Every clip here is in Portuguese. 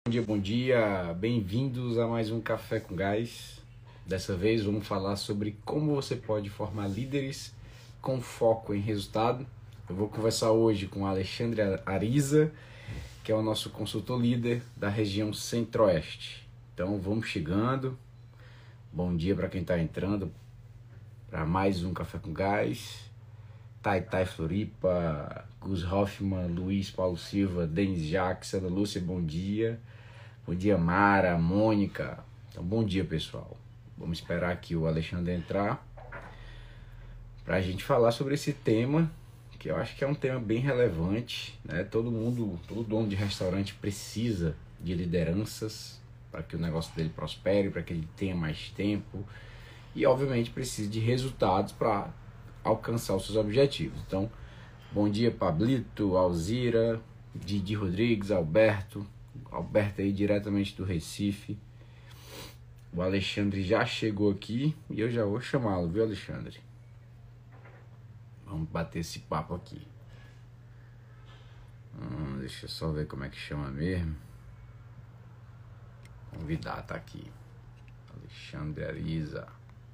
Bom dia, bem-vindos a mais um Café com Gás. Dessa vez vamos falar sobre como você pode formar líderes com foco em resultado. Eu vou conversar hoje com o Alexandre Ariza, que é o nosso consultor líder da região Centro-Oeste. Então vamos chegando. Bom dia para quem está entrando para mais um Café com Gás. Tai Floripa, Gus Hoffman, Luiz Paulo Silva, Denis Jacques, Ana Lúcia, bom dia. Bom dia, Mara, Mônica. Então, bom dia, pessoal. Vamos esperar aqui o Alexandre entrar para a gente falar sobre esse tema, que eu acho que é um tema bem relevante, né? Todo dono de restaurante precisa de lideranças para que o negócio dele prospere, para que ele tenha mais tempo e, obviamente, precisa de resultados para alcançar os seus objetivos. Então, bom dia, Pablito, Alzira, Didi Rodrigues, Alberto aí diretamente do Recife. O Alexandre já chegou aqui e eu já vou chamá-lo, viu, Alexandre? Vamos bater esse papo aqui. Deixa eu só ver como é que chama mesmo. Convidar, tá aqui. Alexandre Ariza.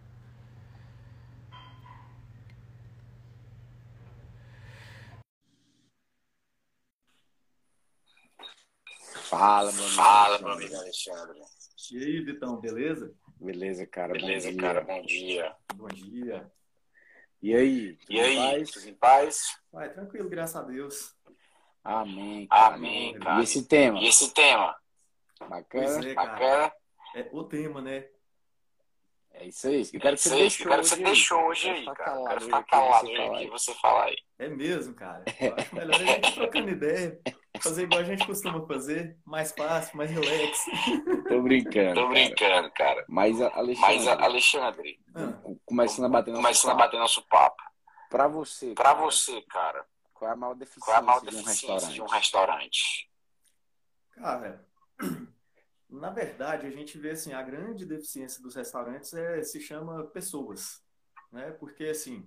Fala, meu amigo Alexandre. E aí, Vitão, beleza? Beleza, cara. Beleza, bom dia. cara. Bom dia. Bom dia. E aí? Tudo em paz? Vai, tranquilo, graças a Deus. Amém, cara. Amém, cara. E esse tema? Bacana? Pois é, cara. É o tema, né? É isso aí. Eu quero que você deixou hoje aí, cara. Quero ficar calado hoje aqui e você falar aí. É mesmo, cara. Eu acho melhor a gente trocando ideia. Fazer igual a gente costuma fazer. Mais fácil, mais relax. Tô brincando, cara. Mas, Alexandre, começando a bater nosso papo. Pra você, cara, qual é a maior deficiência de um restaurante? Cara, na verdade, a gente vê assim, a grande deficiência dos restaurantes se chama pessoas, né? Porque assim,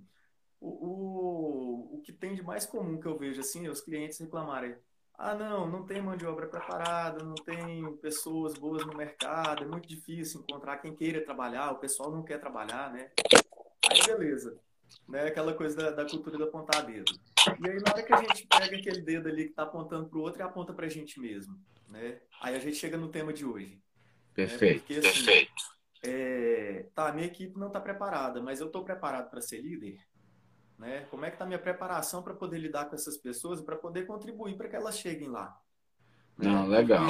o que tem de mais comum que eu vejo assim, é os clientes reclamarem: ah, não tem mão de obra preparada, não tem pessoas boas no mercado, é muito difícil encontrar quem queira trabalhar, o pessoal não quer trabalhar, né? Aí beleza, né? Aquela coisa da cultura do apontar dedo. E aí na hora que a gente pega aquele dedo ali que está apontando para o outro e aponta para a gente mesmo, né? Aí a gente chega no tema de hoje. Perfeito. Né? Porque, assim, tá, a minha equipe não está preparada, mas eu estou preparado para ser líder? Né? Como é que está a minha preparação para poder lidar com essas pessoas e para poder contribuir para que elas cheguem lá? Não, legal.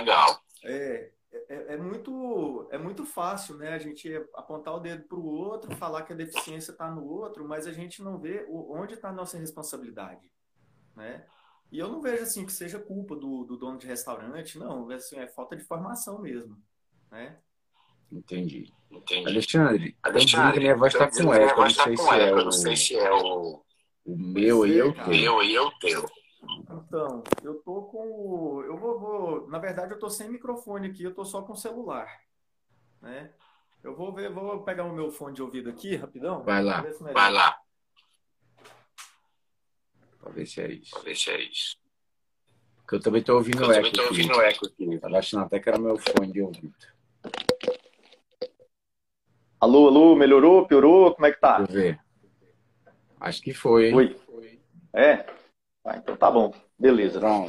É muito fácil, né? A gente apontar o dedo para o outro, falar que a deficiência está no outro, mas a gente não vê onde está a nossa responsabilidade, né? E eu não vejo assim que seja culpa do dono de restaurante, não. Assim, é falta de formação mesmo, né? Entendi. Alexandre, minha voz está com Minha eco. voz está com eco. Eu não sei se é o meu aí ou o teu. Meu e o teu. Então, eu tô com... Eu vou... Na verdade, eu tô sem microfone aqui, eu tô só com o celular, né? Eu vou pegar o meu fone de ouvido aqui, rapidão. Vai lá. Pra ver se é isso. Porque eu também tô ouvindo eco aqui. Tava achando até que era meu fone de ouvido. Alô, melhorou, piorou? Como é que tá? Deixa eu ver. Acho que foi, hein? Oi. É? Ah, então tá bom. Beleza. Pronto.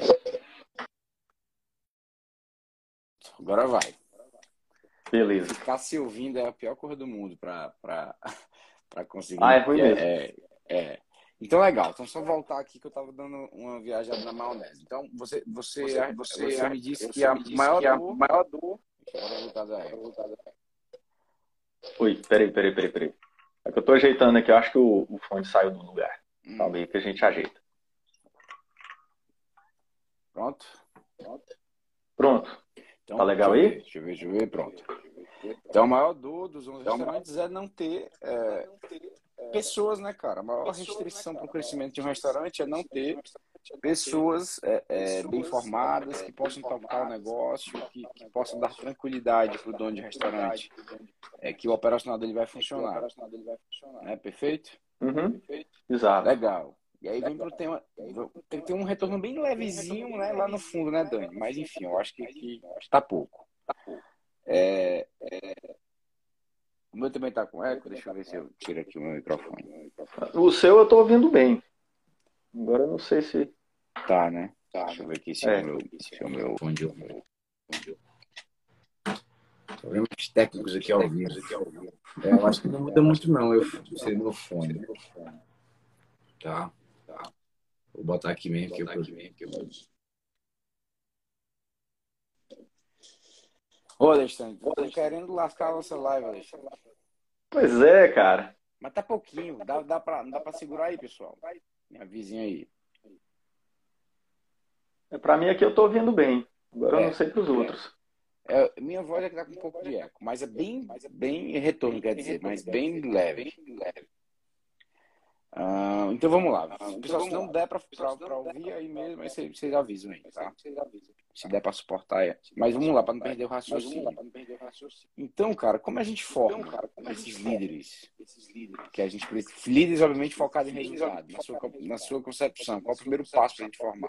Agora vai. Beleza. Ficar se ouvindo é a pior coisa do mundo pra conseguir. Ah, é ruim mesmo. Então, legal. Então, só voltar aqui que eu tava dando uma viajada na maionese. Então, você me disse que a maior dor... Oi, peraí. É que eu tô ajeitando aqui, eu acho que o fone saiu do lugar. Calma aí que a gente ajeita. Pronto. Então, tá legal aí? Deixa eu ver, pronto. Então, a maior dor dos restaurantes é não ter pessoas, né, cara? A maior restrição para o crescimento de um restaurante é não ter pessoas bem formadas, que possam tocar o negócio, que possam dar tranquilidade para o dono de restaurante, que o operacional dele vai funcionar. Perfeito? Uhum. Exato. Legal. E aí vem pro tema. Tem que ter um retorno bem levezinho, né, lá no fundo, né, Dani? Mas enfim, eu acho que tá pouco. É, o meu também tá com eco, deixa eu ver se eu tiro aqui o meu microfone. O seu eu tô ouvindo bem. Agora eu não sei se. Tá, né? Deixa eu ver aqui se é o meu fone de ouvido. Problemas técnicos aqui ao vivo. Eu acho que não muda muito, não. Eu sei meu fone. Tá? Vou botar aqui mesmo que eu. Ô, Alexandre, tô querendo lascar a nossa live, Alexandre. Pois é, cara. Mas tá pouquinho, não dá pra segurar aí, pessoal. Me avisem aí. Pra mim aqui eu tô ouvindo bem. Agora eu não sei pros outros. Minha voz é que tá com um pouco de eco, mas é bem retorno, quer dizer, mas bem leve. Então vamos lá. Pessoal, se não der pra ouvir aí mesmo, aí vocês avisam aí, tá? Se der pra suportar aí. Mas vamos lá, pra não perder o raciocínio. Então, cara, como a gente forma esses líderes? Que a gente precisa. Líderes, obviamente, focados em resultado. Na sua concepção, qual é o primeiro passo pra gente formar?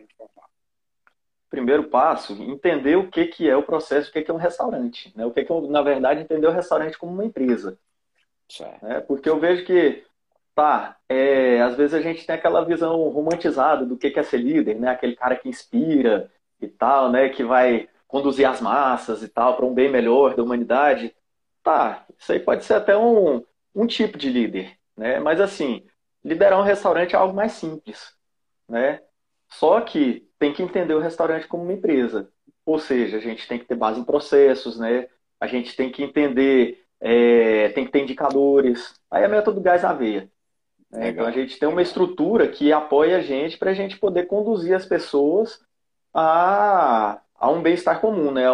Primeiro passo, entender o que é o processo, o que é um restaurante. Né? Na verdade, entender o restaurante como uma empresa. Certo. Né? Porque eu vejo que, às vezes a gente tem aquela visão romantizada do que é ser líder, né? Aquele cara que inspira e tal, né? Que vai conduzir as massas e tal para um bem melhor da humanidade. Isso aí pode ser até um tipo de líder, né? Mas assim, liderar um restaurante é algo mais simples, né? Só que tem que entender o restaurante como uma empresa. Ou seja, a gente tem que ter base em processos, né? A gente tem que entender, tem que ter indicadores. Aí é método gás na veia. Né? Então a gente tem uma estrutura que apoia a gente para a gente poder conduzir as pessoas a um bem-estar comum, né?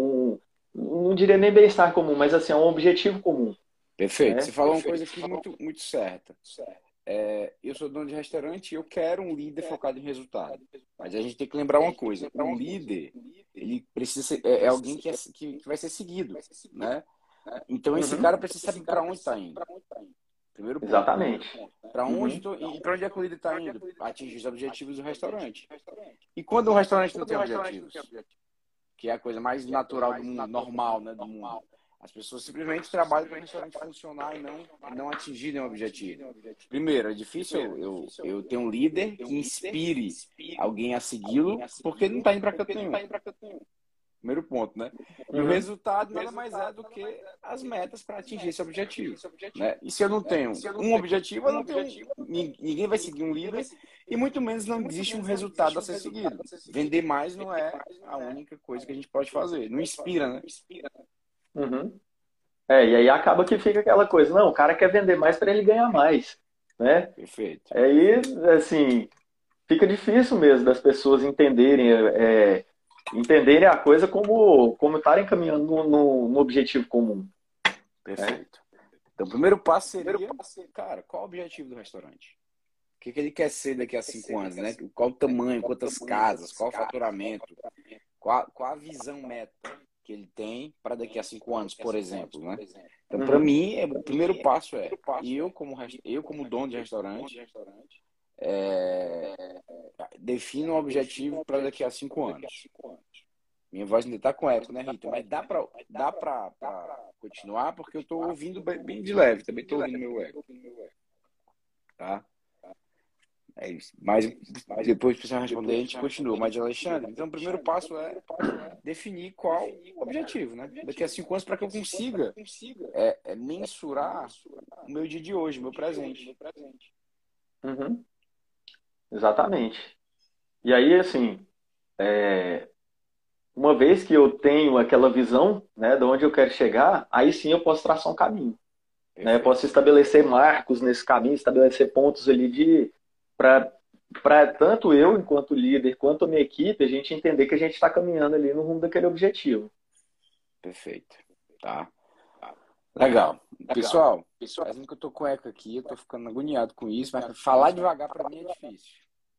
Não diria nem bem-estar comum, mas assim, a um objetivo comum. Perfeito. Né? Você falou uma coisa aqui muito certa. Eu sou dono de restaurante e eu quero um líder focado em resultado. Mas a gente tem que lembrar uma coisa: um líder, ele precisa ser, alguém que vai ser seguido, né? Então esse cara precisa saber para onde está indo. Primeiro ponto. Exatamente. Para onde é que o líder está indo? Atingir os objetivos do restaurante. E quando o restaurante não tem objetivos, que é a coisa mais natural do mundo, normal, né, do mundo. As pessoas simplesmente trabalham para o restaurante funcionar e não atingir nenhum objetivo. Primeiro, é difícil eu ter um líder que inspire alguém a segui-lo, porque ele não está indo para canto nenhum. Primeiro ponto, né? E o resultado nada mais é do que as metas para atingir esse objetivo. Né? E se eu não tenho um objetivo, ninguém vai seguir um líder e muito menos não existe um resultado a ser seguido. Vender mais não é a única coisa que a gente pode fazer. Não inspira, né? E aí acaba que fica aquela coisa, não, o cara quer vender mais para ele ganhar mais, né? Perfeito. Aí, assim, fica difícil mesmo das pessoas entenderem a coisa como estarem caminhando no objetivo comum. Perfeito. Então, o primeiro passo seria, cara, qual o objetivo do restaurante? O que ele quer ser daqui a 5 anos, né? Qual o tamanho, quantas casas, qual o faturamento, qual a visão meta que ele tem para daqui a 5 anos, por exemplo, né? Então, para mim, o primeiro passo eu como dono de restaurante, defino um objetivo para daqui a 5 anos. Minha voz ainda está com eco, né, Rita? Mas dá para continuar, porque eu estou ouvindo bem de leve, também estou ouvindo meu eco. Tá? É isso. Mas depois que você responder, a gente continua. Mas, Alexandre, então o primeiro passo é definir qual o objetivo, né? Daqui a 5 anos, para que eu consiga mensurar o meu dia de hoje, o meu presente. Exatamente. E aí, assim, uma vez que eu tenho aquela visão, né, de onde eu quero chegar, aí sim eu posso traçar um caminho. Né? Eu posso estabelecer marcos nesse caminho, estabelecer pontos ali para tanto eu, enquanto líder, quanto a minha equipe, a gente entender que a gente está caminhando ali no rumo daquele objetivo. Perfeito. Tá. Legal. Pessoal, fazendo que eu tô com eco aqui, eu tô ficando agoniado com isso, mas falar devagar para mim é difícil.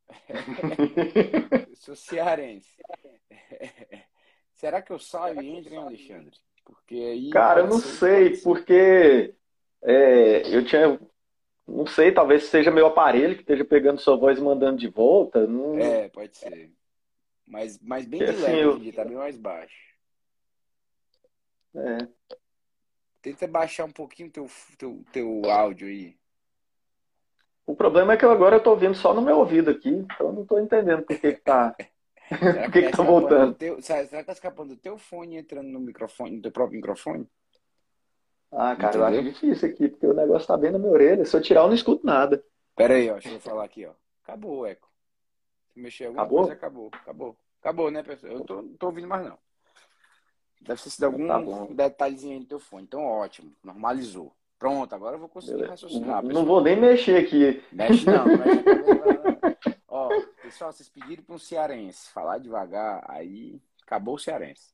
Eu sou cearense. Será que eu saio e entro, hein, Alexandre? Porque aí. Cara, eu não sei, porque eu tinha Não sei, talvez seja meu aparelho que esteja pegando sua voz e mandando de volta. Não... Pode ser. Mas bem E de assim, leve hoje em dia, tá bem mais baixo. é, Tenta baixar um pouquinho teu áudio aí. o problema é que agora eu tô ouvindo só no meu ouvido aqui, então eu não tô entendendo por que que tá, Será por que que tá que tá escapando do voltando. teu. Será que tá escapando do teu fone e entrando no microfone, no teu próprio microfone? Ah, cara, eu acho Entendeu? difícil aqui, porque o negócio tá bem na minha orelha. Se eu tirar, eu não escuto nada. Pera aí, ó. Deixa eu falar aqui, ó. Acabou o eco. Se mexer em alguma coisa, Acabou? acabou. Acabou. Acabou, né, pessoal? Eu não tô ouvindo mais, não. Deve ter sido Então tá algum bom, detalhezinho aí no teu fone. Então, ótimo. Normalizou. Pronto, agora eu vou conseguir beleza. raciocinar, Não vou pessoal. nem mexer aqui. Mexe não mexe na cabeça. Não. Ó, pessoal, vocês pediram para um cearense falar devagar, aí acabou o cearense.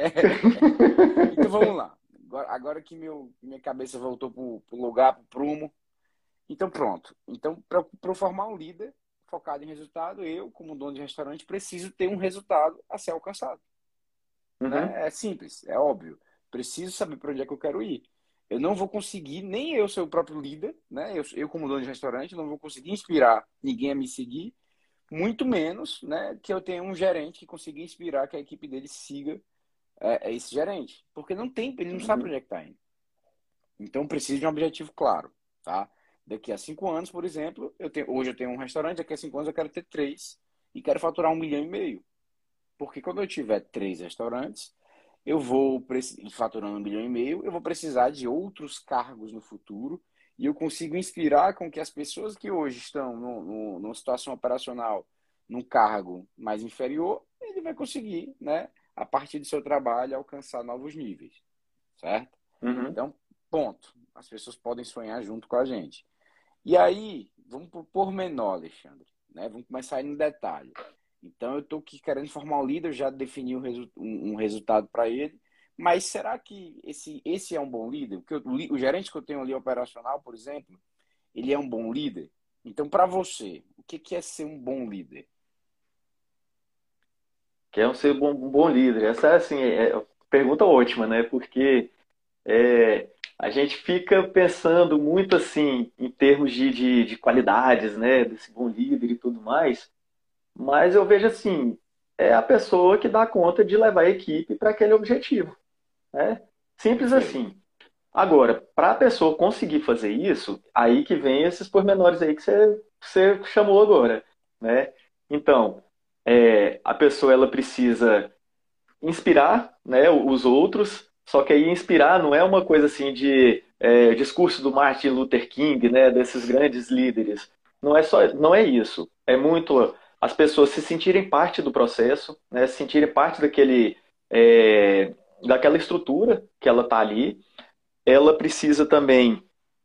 Então vamos lá. Agora que minha cabeça voltou pro lugar, pro prumo. Então pronto. Então, para eu formar um líder focado em resultado, eu, como dono de restaurante, preciso ter um resultado a ser alcançado. Uhum, Né? É simples, é óbvio. Preciso saber para onde é que eu quero ir. Eu não vou conseguir, nem eu ser o próprio líder, né? Eu como dono de restaurante, não vou conseguir inspirar ninguém a me seguir, muito menos, né, que eu tenha um gerente que consiga inspirar que a equipe dele siga esse gerente. Porque não tem, ele não sabe para uhum, onde é que está indo. Então precisa de um objetivo claro, tá? Daqui a 5 anos, por exemplo, hoje eu tenho um restaurante, daqui a 5 anos eu quero ter 3 e quero faturar 1,5 milhão. Porque quando eu tiver 3 restaurantes, eu vou faturando 1,5 milhão, eu vou precisar de outros cargos no futuro e eu consigo inspirar com que as pessoas que hoje estão numa situação operacional, num cargo mais inferior, ele vai conseguir, né, a partir do seu trabalho, alcançar novos níveis, certo? uhum. Então, ponto. As pessoas podem sonhar junto com a gente. E aí, vamos para o pormenor, Alexandre, né? Vamos começar aí no detalhe. Então, eu estou aqui querendo formar um líder, já defini um resultado para ele, mas será que esse é um bom líder? Porque o gerente que eu tenho ali operacional, por exemplo, ele é um bom líder? Então, para você, o que é ser um bom líder? Quer ser um bom líder? Essa é assim, pergunta ótima, né? Porque a gente fica pensando muito assim em termos de qualidades, né? Desse bom líder e tudo mais. Mas eu vejo assim, é a pessoa que dá conta de levar a equipe para aquele objetivo, né? Simples Perfeito. assim. Agora, para a pessoa conseguir fazer isso, aí que vem esses pormenores aí que você chamou agora, né? Então, a pessoa ela precisa inspirar, né, os outros, só que aí inspirar não é uma coisa assim de discurso do Martin Luther King, né, desses grandes líderes. Não é isso. É muito as pessoas se sentirem parte do processo, né, se sentirem parte daquela estrutura que ela está ali. Ela precisa também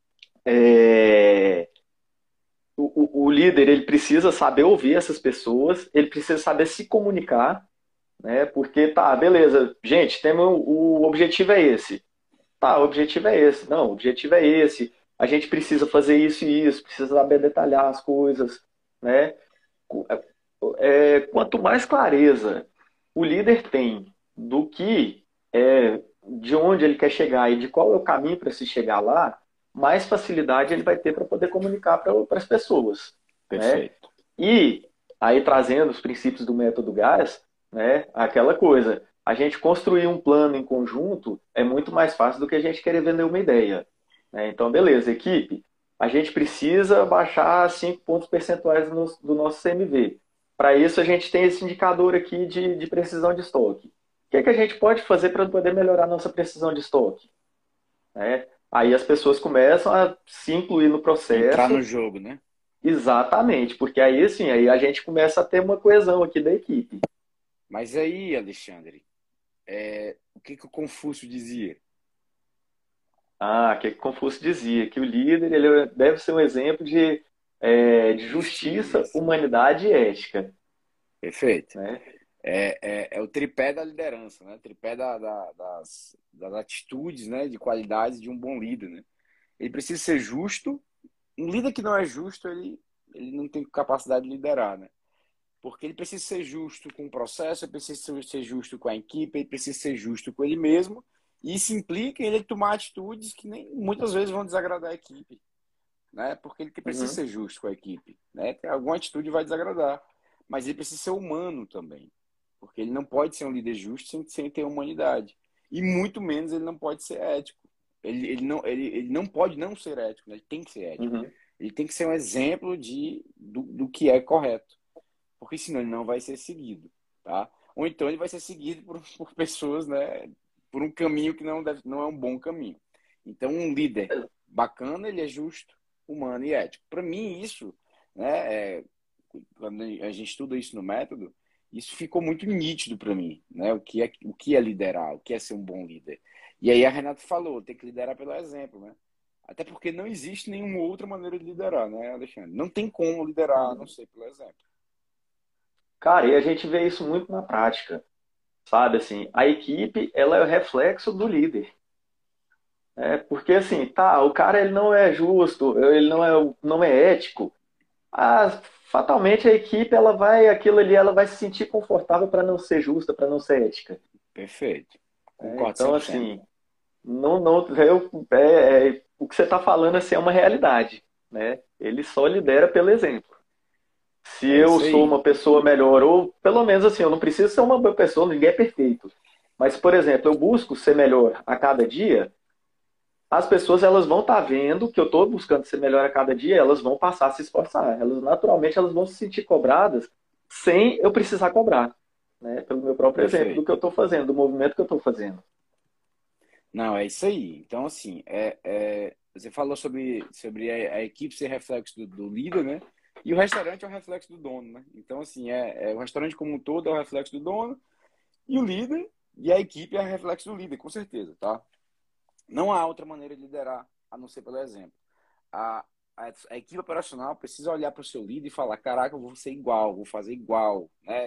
é, o líder ele precisa saber ouvir essas pessoas, ele precisa saber se comunicar, né? Porque tá, beleza, gente, temos o objetivo é esse. Tá, o objetivo é esse. Não, o objetivo é esse. A gente precisa fazer isso e isso, precisa saber detalhar as coisas, né? Quanto mais clareza o líder tem do que de onde ele quer chegar e de qual é o caminho para se chegar lá, mais facilidade ele vai ter para poder comunicar para as pessoas, né? Perfeito. E aí trazendo os princípios do método GAS, né? Aquela coisa, a gente construir um plano em conjunto é muito mais fácil do que a gente querer vender uma ideia, né? Então, beleza, equipe, a gente precisa baixar 5 pontos percentuais do nosso CMV. Para isso, a gente tem esse indicador aqui de precisão de estoque. O que a gente pode fazer para poder melhorar nossa precisão de estoque? Né? Aí as pessoas começam a se incluir no Entrar no processo. jogo, né? Exatamente, porque aí assim, aí a gente começa a ter uma coesão aqui da equipe. Mas aí, Alexandre, o que o Confúcio dizia? Ah, que Confúcio dizia que o líder ele deve ser um exemplo de justiça, Justiça. humanidade e ética. Perfeito. Né? É o tripé da liderança, né? Tripé das atitudes, né? De qualidades de um bom líder, né? Ele precisa ser justo. Um líder que não é justo, ele não tem capacidade de liderar, né? Porque ele precisa ser justo com o processo, ele precisa ser justo com a equipe, ele precisa ser justo com ele mesmo. E isso implica em ele tomar atitudes que nem muitas vezes vão desagradar a equipe. né? Porque ele precisa ser justo com a equipe, né? Alguma atitude vai desagradar, mas ele precisa ser humano também, porque ele não pode ser um líder justo sem ter humanidade, e muito menos ele não pode ser ético. Ele não pode não ser ético, né? Ele tem que ser ético. Ele tem que ser um exemplo do que é correto, porque senão ele não vai ser seguido, tá? Ou então ele vai ser seguido por pessoas, né? Por um caminho que não é um bom caminho. Então, um líder bacana, ele é justo, humano e ético. Para mim, isso, né? Quando a gente estuda isso no método, isso ficou muito nítido para mim, né? O que é liderar, o que é ser um bom líder. E aí a Renata falou, tem que liderar pelo exemplo, né? Até porque não existe nenhuma outra maneira de liderar, né, Alexandre? Não tem como liderar, a não ser pelo exemplo. Cara, e a gente vê isso muito na prática, sabe? Assim, a equipe, ela é o reflexo do líder. Porque assim, tá, o cara ele não é justo, ele não é ético. Fatalmente a equipe ela vai se sentir confortável para não ser justa, para não ser ética. Perfeito. Concordo então 100%. assim, o que você está falando assim, é uma realidade, né? Ele só lidera pelo exemplo. Se eu sou uma pessoa melhor, ou pelo menos assim, eu não preciso ser uma boa pessoa, ninguém é perfeito. Mas, por exemplo, eu busco ser melhor a cada dia, as pessoas elas vão estar vendo que eu estou buscando ser melhor a cada dia, elas vão passar a se esforçar. Naturalmente, elas vão se sentir cobradas sem eu precisar cobrar, né? Pelo meu próprio exemplo do que eu estou fazendo, do movimento que eu estou fazendo. Não, é isso aí. Então, assim, você falou sobre a equipe ser reflexo do líder, né? E o restaurante é o reflexo do dono, né? Então, assim, o restaurante como um todo é o reflexo do dono, e o líder e a equipe é o reflexo do líder, com certeza, tá? Não há outra maneira de liderar, a não ser pelo exemplo. A equipe operacional precisa olhar para o seu líder e falar, caraca, eu vou ser igual, vou fazer igual, né?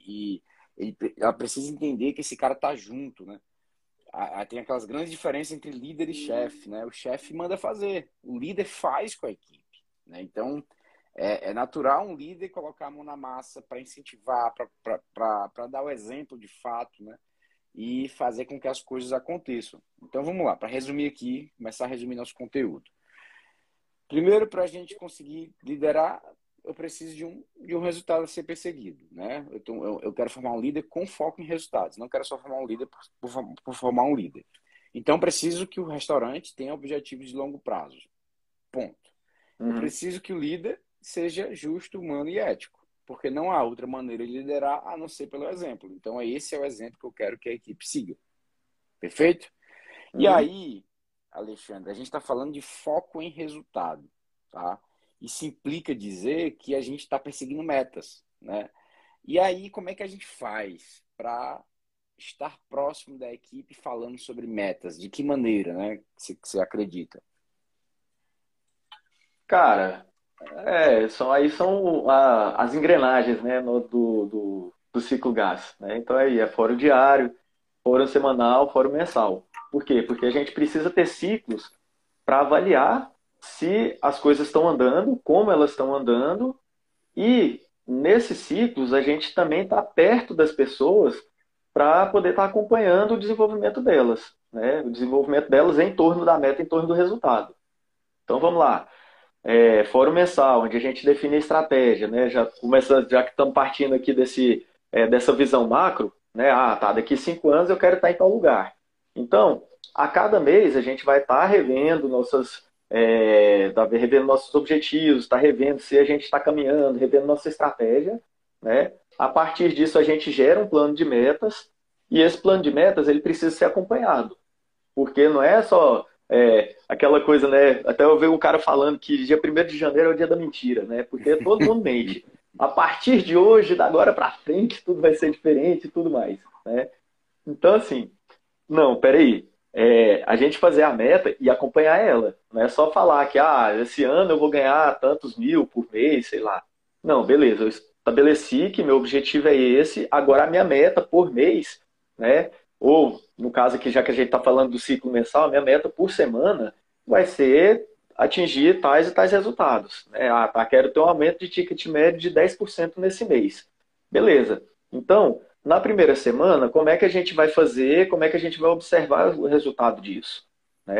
Ela precisa entender que esse cara tá junto, né? Tem aquelas grandes diferenças entre líder e chefe, né? O chefe manda fazer, o líder faz com a equipe, né? Então, é natural um líder colocar a mão na massa para incentivar, para dar o exemplo de fato, né? E fazer com que as coisas aconteçam. Então, vamos lá, para resumir aqui, começar a resumir nosso conteúdo. Primeiro, para a gente conseguir liderar, eu preciso de um resultado a ser perseguido, né? Eu quero formar um líder com foco em resultados, não quero só formar um líder por formar um líder. Então, preciso que o restaurante tenha objetivos de longo prazo. Ponto. Eu preciso que o líder seja justo, humano e ético, porque não há outra maneira de liderar a não ser pelo exemplo. Então, esse é o exemplo que eu quero que a equipe siga. Perfeito? E aí, Alexandre, a gente está falando de foco em resultado, tá? Isso implica dizer que a gente está perseguindo metas, né? E aí, como é que a gente faz para estar próximo da equipe falando sobre metas? De que maneira, né? Que você acredita? Cara, são as engrenagens, né, do ciclo gás, né? Então é fórum diário, fórum semanal, fórum mensal. Por quê? Porque a gente precisa ter ciclos para avaliar se as coisas estão andando, como elas estão andando, e nesses ciclos a gente também está perto das pessoas para poder estar acompanhando o desenvolvimento delas, né? O desenvolvimento delas em torno da meta, em torno do resultado. Então vamos lá. Fórum mensal, onde a gente define a estratégia, né? Já que estamos partindo aqui dessa visão macro, né? Daqui 5 anos eu quero estar em tal lugar. Então, a cada mês a gente vai estar revendo revendo nossos objetivos, está revendo se a gente está caminhando, revendo nossa estratégia, né? A partir disso a gente gera um plano de metas e esse plano de metas ele precisa ser acompanhado, porque não é só aquela coisa, né? Até eu vi um cara falando que dia 1º de janeiro é o dia da mentira, né? Porque todo mundo mente. A partir de hoje, da agora para frente, tudo vai ser diferente e tudo mais, né? Então, assim, não, peraí. A gente fazer a meta e acompanhar ela. Não é só falar que esse ano eu vou ganhar tantos mil por mês, sei lá. Não, beleza, eu estabeleci que meu objetivo é esse, agora a minha meta por mês, né? Ou, no caso aqui, já que a gente está falando do ciclo mensal, a minha meta por semana vai ser atingir tais e tais resultados, né? Quero ter um aumento de ticket médio de 10% nesse mês. Beleza. Então, na primeira semana, como é que a gente vai fazer, como é que a gente vai observar o resultado disso, né?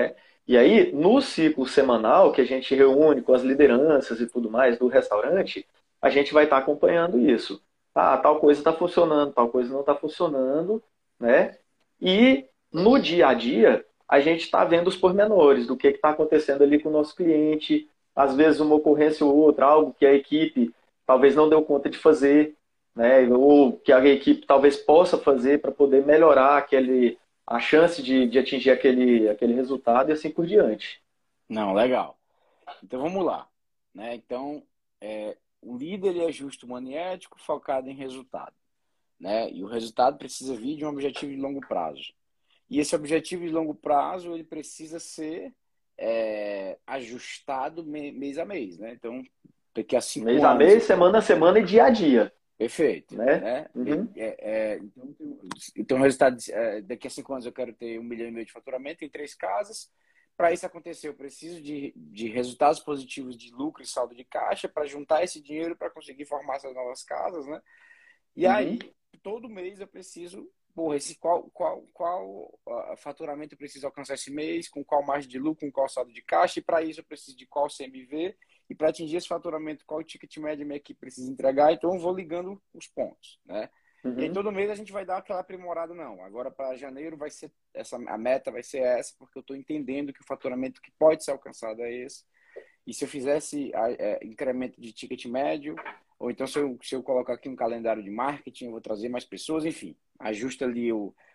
E aí, no ciclo semanal, que a gente reúne com as lideranças e tudo mais do restaurante, a gente vai estar acompanhando isso. Ah, tal coisa está funcionando, tal coisa não está funcionando, né? E no dia a dia, a gente está vendo os pormenores do que está acontecendo ali com o nosso cliente, às vezes uma ocorrência ou outra, algo que a equipe talvez não deu conta de fazer, né? Ou que a equipe talvez possa fazer para poder melhorar a chance de atingir aquele resultado e assim por diante. Não, legal. Então vamos lá, né? Então, o líder ele é justo, humano e ético, focado em resultado, né? E o resultado precisa vir de um objetivo de longo prazo. E esse objetivo de longo prazo ele precisa ser ajustado mês a mês, né? Então, daqui a 5 Mês a anos. mês, semana a semana e dia a dia. Perfeito. Né? Né? Uhum. Então, o resultado, daqui a 5 anos eu quero ter 1,5 milhão de faturamento em 3 casas. Para isso acontecer, eu preciso de resultados positivos de lucro e saldo de caixa para juntar esse dinheiro para conseguir formar essas novas casas, né? E aí, todo mês eu preciso, qual faturamento eu preciso alcançar esse mês, com qual margem de lucro, com qual saldo de caixa, e para isso eu preciso de qual CMV, e para atingir esse faturamento, qual o ticket médio minha equipe precisa entregar, então eu vou ligando os pontos, né? E aí todo mês a gente vai dar aquela aprimorada, não. Agora para janeiro vai ser a meta vai ser essa, porque eu estou entendendo que o faturamento que pode ser alcançado é esse. E se eu fizesse incremento de ticket médio, ou então se eu colocar aqui um calendário de marketing, eu vou trazer mais pessoas, enfim. Ajusta ali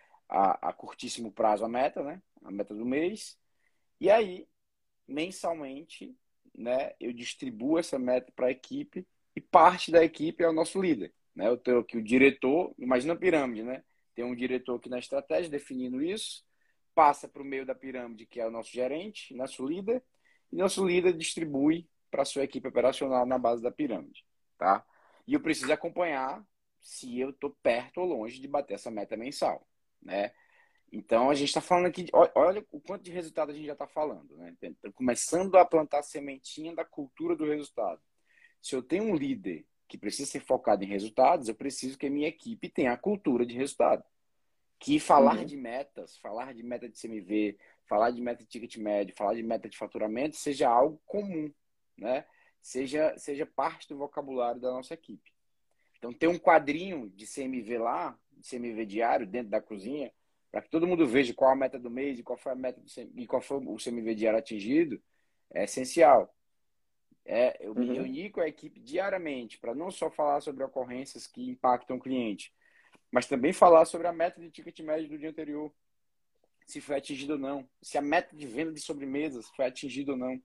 a curtíssimo prazo a meta, né? A meta do mês. E aí, mensalmente, né, eu distribuo essa meta para a equipe e parte da equipe é o nosso líder. Né? Eu tenho aqui o diretor, imagina a pirâmide, né? Tem um diretor aqui na estratégia definindo isso, passa para o meio da pirâmide, que é o nosso gerente, nosso líder, e nosso líder distribui para a sua equipe operacional na base da pirâmide. Tá? E eu preciso acompanhar se eu estou perto ou longe de bater essa meta mensal. Né? Então, a gente está falando aqui, olha o quanto de resultado a gente já está falando. Né? Então, começando a plantar a sementinha da cultura do resultado. Se eu tenho um líder que precisa ser focado em resultados, eu preciso que a minha equipe tenha a cultura de resultado. Que falar de metas, falar de meta de CMV, falar de meta de ticket médio, falar de meta de faturamento, seja algo comum, né? Seja parte do vocabulário da nossa equipe. Então, ter um quadrinho de CMV lá, de CMV diário, dentro da cozinha, para que todo mundo veja qual a meta do mês e qual foi a meta e qual foi o CMV diário atingido, é essencial. Eu me reuni com a equipe diariamente para não só falar sobre ocorrências que impactam o cliente, mas também falar sobre a meta de ticket médio do dia anterior, se foi atingido ou não, se a meta de venda de sobremesas foi atingida ou não.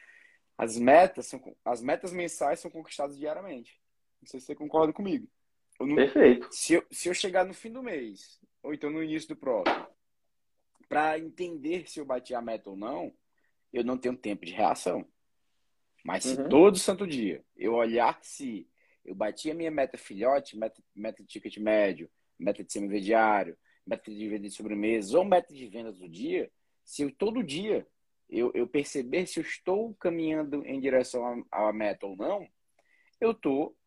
As metas mensais são conquistadas diariamente. Não sei se você concorda comigo. Perfeito. Se eu chegar no fim do mês, ou então no início do próximo, para entender se eu bati a meta ou não, eu não tenho tempo de reação. Mas se todo santo dia eu olhar se eu bati a minha meta filhote, meta de ticket médio, meta de CMV diário, meta de venda de sobremesas ou meta de vendas do dia, se eu todo dia eu perceber se eu estou caminhando em direção à meta ou não, eu estou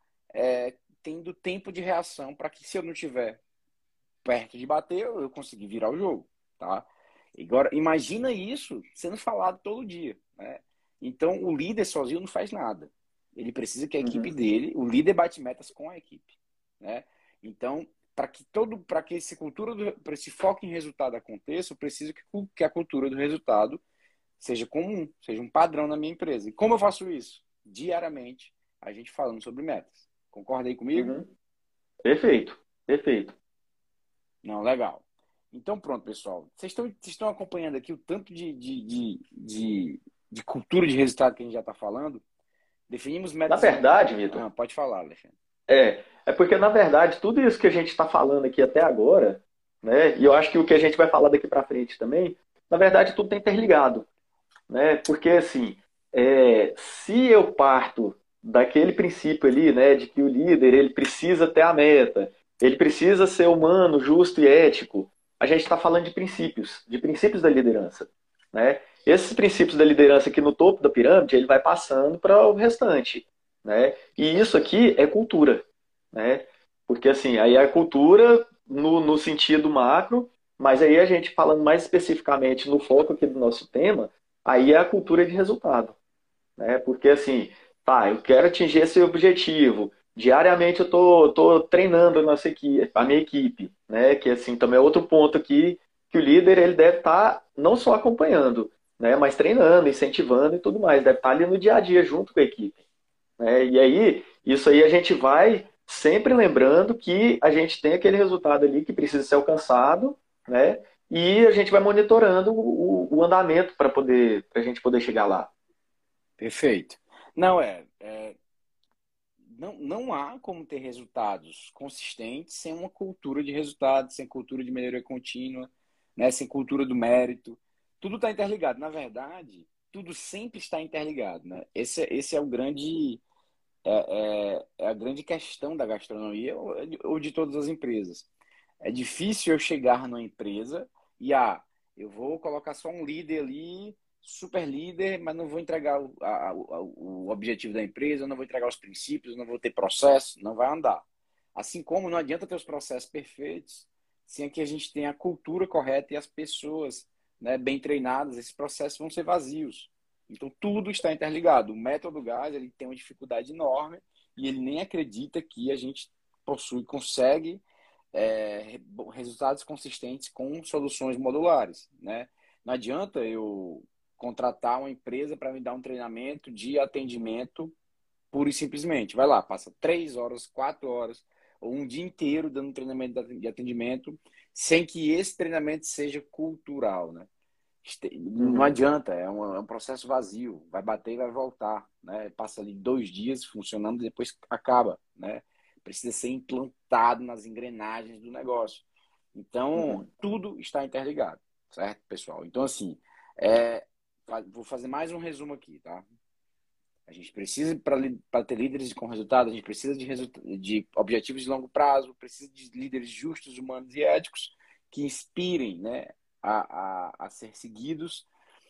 tendo tempo de reação para que, se eu não estiver perto de bater, eu conseguir virar o jogo. Tá? Agora, imagina isso sendo falado todo dia. Né? Então, o líder sozinho não faz nada. Ele precisa que a equipe dele, o líder bate metas com a equipe. Né? Então, para que esse foco em resultado aconteça, eu preciso que a cultura do resultado seja comum, seja um padrão na minha empresa. E como eu faço isso? Diariamente, a gente falando sobre metas. Concorda aí comigo? Perfeito, perfeito. Não, legal. Então, pronto, pessoal. Vocês estão acompanhando aqui o tanto de cultura de resultado que a gente já está falando? Definimos metas... Na verdade, Vitor... pode falar, Alexandre. É porque, na verdade, tudo isso que a gente está falando aqui até agora, né, e eu acho que o que a gente vai falar daqui para frente também, na verdade, tudo está interligado. Né? Porque, assim, se eu parto daquele princípio ali, né, de que o líder ele precisa ter a meta, ele precisa ser humano, justo e ético, a gente está falando de princípios da liderança. Né? Esses princípios da liderança aqui no topo da pirâmide, ele vai passando para o restante. Né? E isso aqui é cultura. Né? Porque, assim, aí a cultura no sentido macro, mas aí a gente falando mais especificamente no foco aqui do nosso tema, aí é a cultura de resultado, né? Porque assim, tá, eu quero atingir esse objetivo. Diariamente eu tô treinando a minha equipe, né? Que assim também é outro ponto aqui que o líder ele deve estar não só acompanhando, né? Mas treinando, incentivando e tudo mais. Deve estar ali no dia a dia junto com a equipe, né? E aí isso aí a gente vai sempre lembrando que a gente tem aquele resultado ali que precisa ser alcançado, né? E a gente vai monitorando o andamento para a gente poder chegar lá. Perfeito. Não não há como ter resultados consistentes sem uma cultura de resultados, sem cultura de melhoria contínua, né? Sem cultura do mérito. Tudo está interligado. Na verdade, tudo sempre está interligado, né? Esse é o grande é a grande questão da gastronomia ou de todas as empresas. É difícil eu chegar numa empresa e eu vou colocar só um líder ali, super líder, mas não vou entregar o objetivo da empresa, não vou entregar os princípios, não vou ter processo, não vai andar. Assim como não adianta ter os processos perfeitos sem que a gente tenha a cultura correta e as pessoas, né, bem treinadas, esses processos vão ser vazios. Então tudo está interligado. O método Gás ele tem uma dificuldade enorme e ele nem acredita que a gente consegue resultados consistentes com soluções modulares, né? Não adianta eu contratar uma empresa para me dar um treinamento de atendimento pura e simplesmente. Vai lá, passa 3 horas, 4 horas, ou um dia inteiro dando treinamento de atendimento, sem que esse treinamento seja cultural, né? Não Uhum. adianta, é um processo vazio, vai bater e vai voltar, né? Passa ali 2 dias funcionando e depois acaba, né? Precisa ser implantado nas engrenagens do negócio. Então, Uhum. tudo está interligado, certo, pessoal? Então, assim, vou fazer mais um resumo aqui, tá? A gente precisa, para ter líderes com resultado, a gente precisa de objetivos de longo prazo, precisa de líderes justos, humanos e éticos que inspirem, né, a ser seguidos.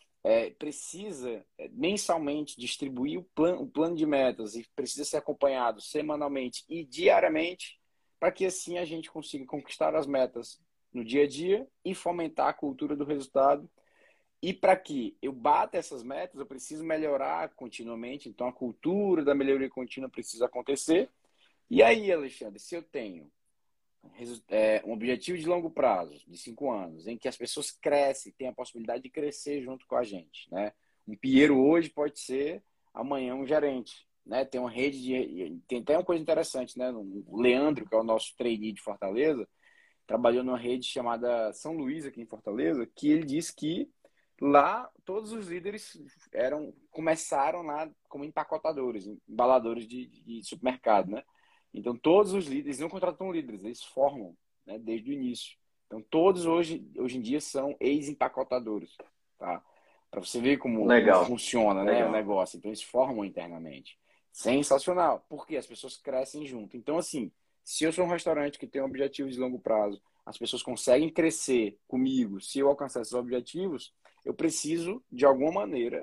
Precisa mensalmente distribuir o plano de metas e precisa ser acompanhado semanalmente e diariamente para que assim a gente consiga conquistar as metas no dia a dia e fomentar a cultura do resultado. E para que eu bata essas metas, eu preciso melhorar continuamente. Então, a cultura da melhoria contínua precisa acontecer. E aí, Alexandre, se eu tenho um objetivo de longo prazo, de 5 anos, em que as pessoas crescem, têm a possibilidade de crescer junto com a gente, né? Um Pinheiro hoje pode ser amanhã um gerente, né? Tem uma rede tem até uma coisa interessante, né? O Leandro, que é o nosso trainee de Fortaleza, trabalhou numa rede chamada São Luís aqui em Fortaleza, que ele disse que lá todos os líderes começaram lá como empacotadores, embaladores de supermercado, né? Então todos os líderes não contratam líderes, eles formam, né, desde o início. Então todos hoje em dia são ex-empacotadores, tá? Para você ver como Legal, funciona, né, o legal. negócio. Então eles formam internamente. Sensacional, porque as pessoas crescem junto. Então assim, se eu sou um restaurante que tem um objetivo de longo prazo, as pessoas conseguem crescer comigo. Se eu alcançar esses objetivos, eu preciso, de alguma maneira,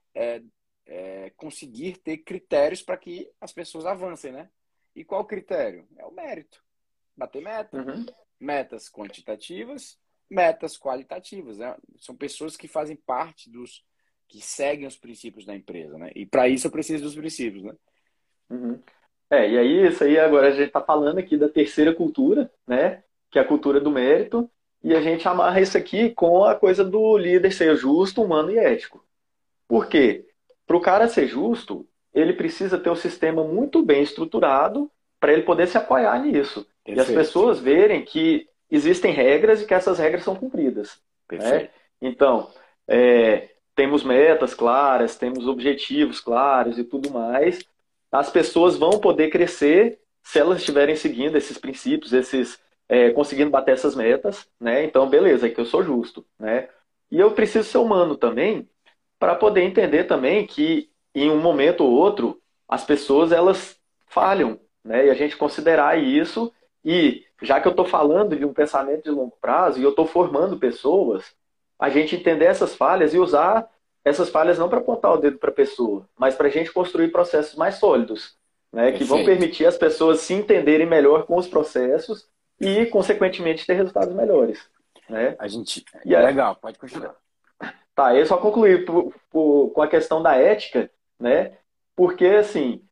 conseguir ter critérios para que as pessoas avancem, né? E qual critério? É o mérito. Bater meta. Uhum. Metas quantitativas, metas qualitativas, né? São pessoas que fazem parte que seguem os princípios da empresa, né? E para isso eu preciso dos princípios, né? Uhum. E aí, isso aí agora a gente está falando aqui da terceira cultura, né? Que é a cultura do mérito, e a gente amarra isso aqui com a coisa do líder ser justo, humano e ético. Por quê? Para o cara ser justo, ele precisa ter o sistema muito bem estruturado para ele poder se apoiar nisso. E as Perfeito, pessoas verem que existem regras e que essas regras são cumpridas, né? perfeito. Então, temos metas claras, temos objetivos claros e tudo mais. As pessoas vão poder crescer se elas estiverem seguindo esses princípios, conseguindo bater essas metas, né? Então, beleza, é que eu sou justo, né? E eu preciso ser humano também para poder entender também que em um momento ou outro as pessoas elas falham, né? E a gente considerar isso e já que eu estou falando de um pensamento de longo prazo e eu estou formando pessoas, a gente entender essas falhas e usar essas falhas não para apontar o dedo para a pessoa, mas para a gente construir processos mais sólidos, né? Que vão Perfeito. permitir as pessoas se entenderem melhor com os processos e, consequentemente, ter resultados melhores, né? A gente. E, a, Legal, pode continuar. Tá, eu só concluí com a questão da ética, né? Porque, assim,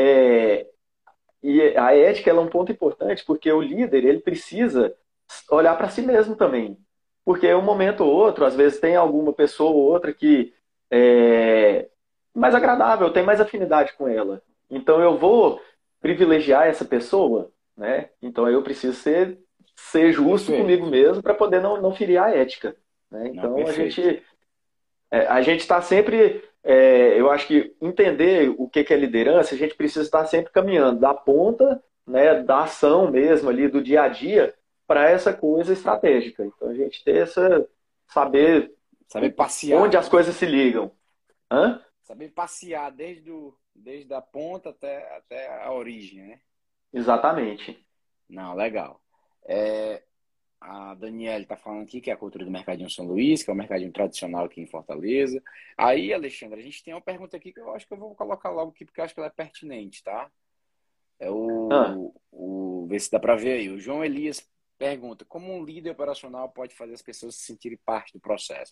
e a ética ela é um ponto importante, porque o líder ele precisa olhar para si mesmo também. Porque um momento ou outro, às vezes tem alguma pessoa ou outra que é mais agradável, tem mais afinidade com ela. Então eu vou privilegiar essa pessoa, né? Então eu preciso ser justo Perfeito. comigo mesmo para poder não ferir a ética, né? Não, Então perfeito. a gente está sempre, eu acho que entender o que é liderança, a gente precisa estar sempre caminhando da ponta, né, da ação mesmo ali, do dia a dia, para essa coisa estratégica. Então a gente ter saber Saber passear, onde as né? coisas se ligam. Hã? Saber passear desde a ponta até a origem, né? Exatamente. Não, legal. É, a Daniela está falando aqui que é a cultura do Mercadinho São Luís, que é o mercadinho tradicional aqui em Fortaleza. Aí, Alexandre, a gente tem uma pergunta aqui que eu acho que eu vou colocar logo aqui, porque eu acho que ela é pertinente, tá? É Hã? vê se dá para ver aí. O João Elias pergunta: como um líder operacional pode fazer as pessoas se sentirem parte do processo?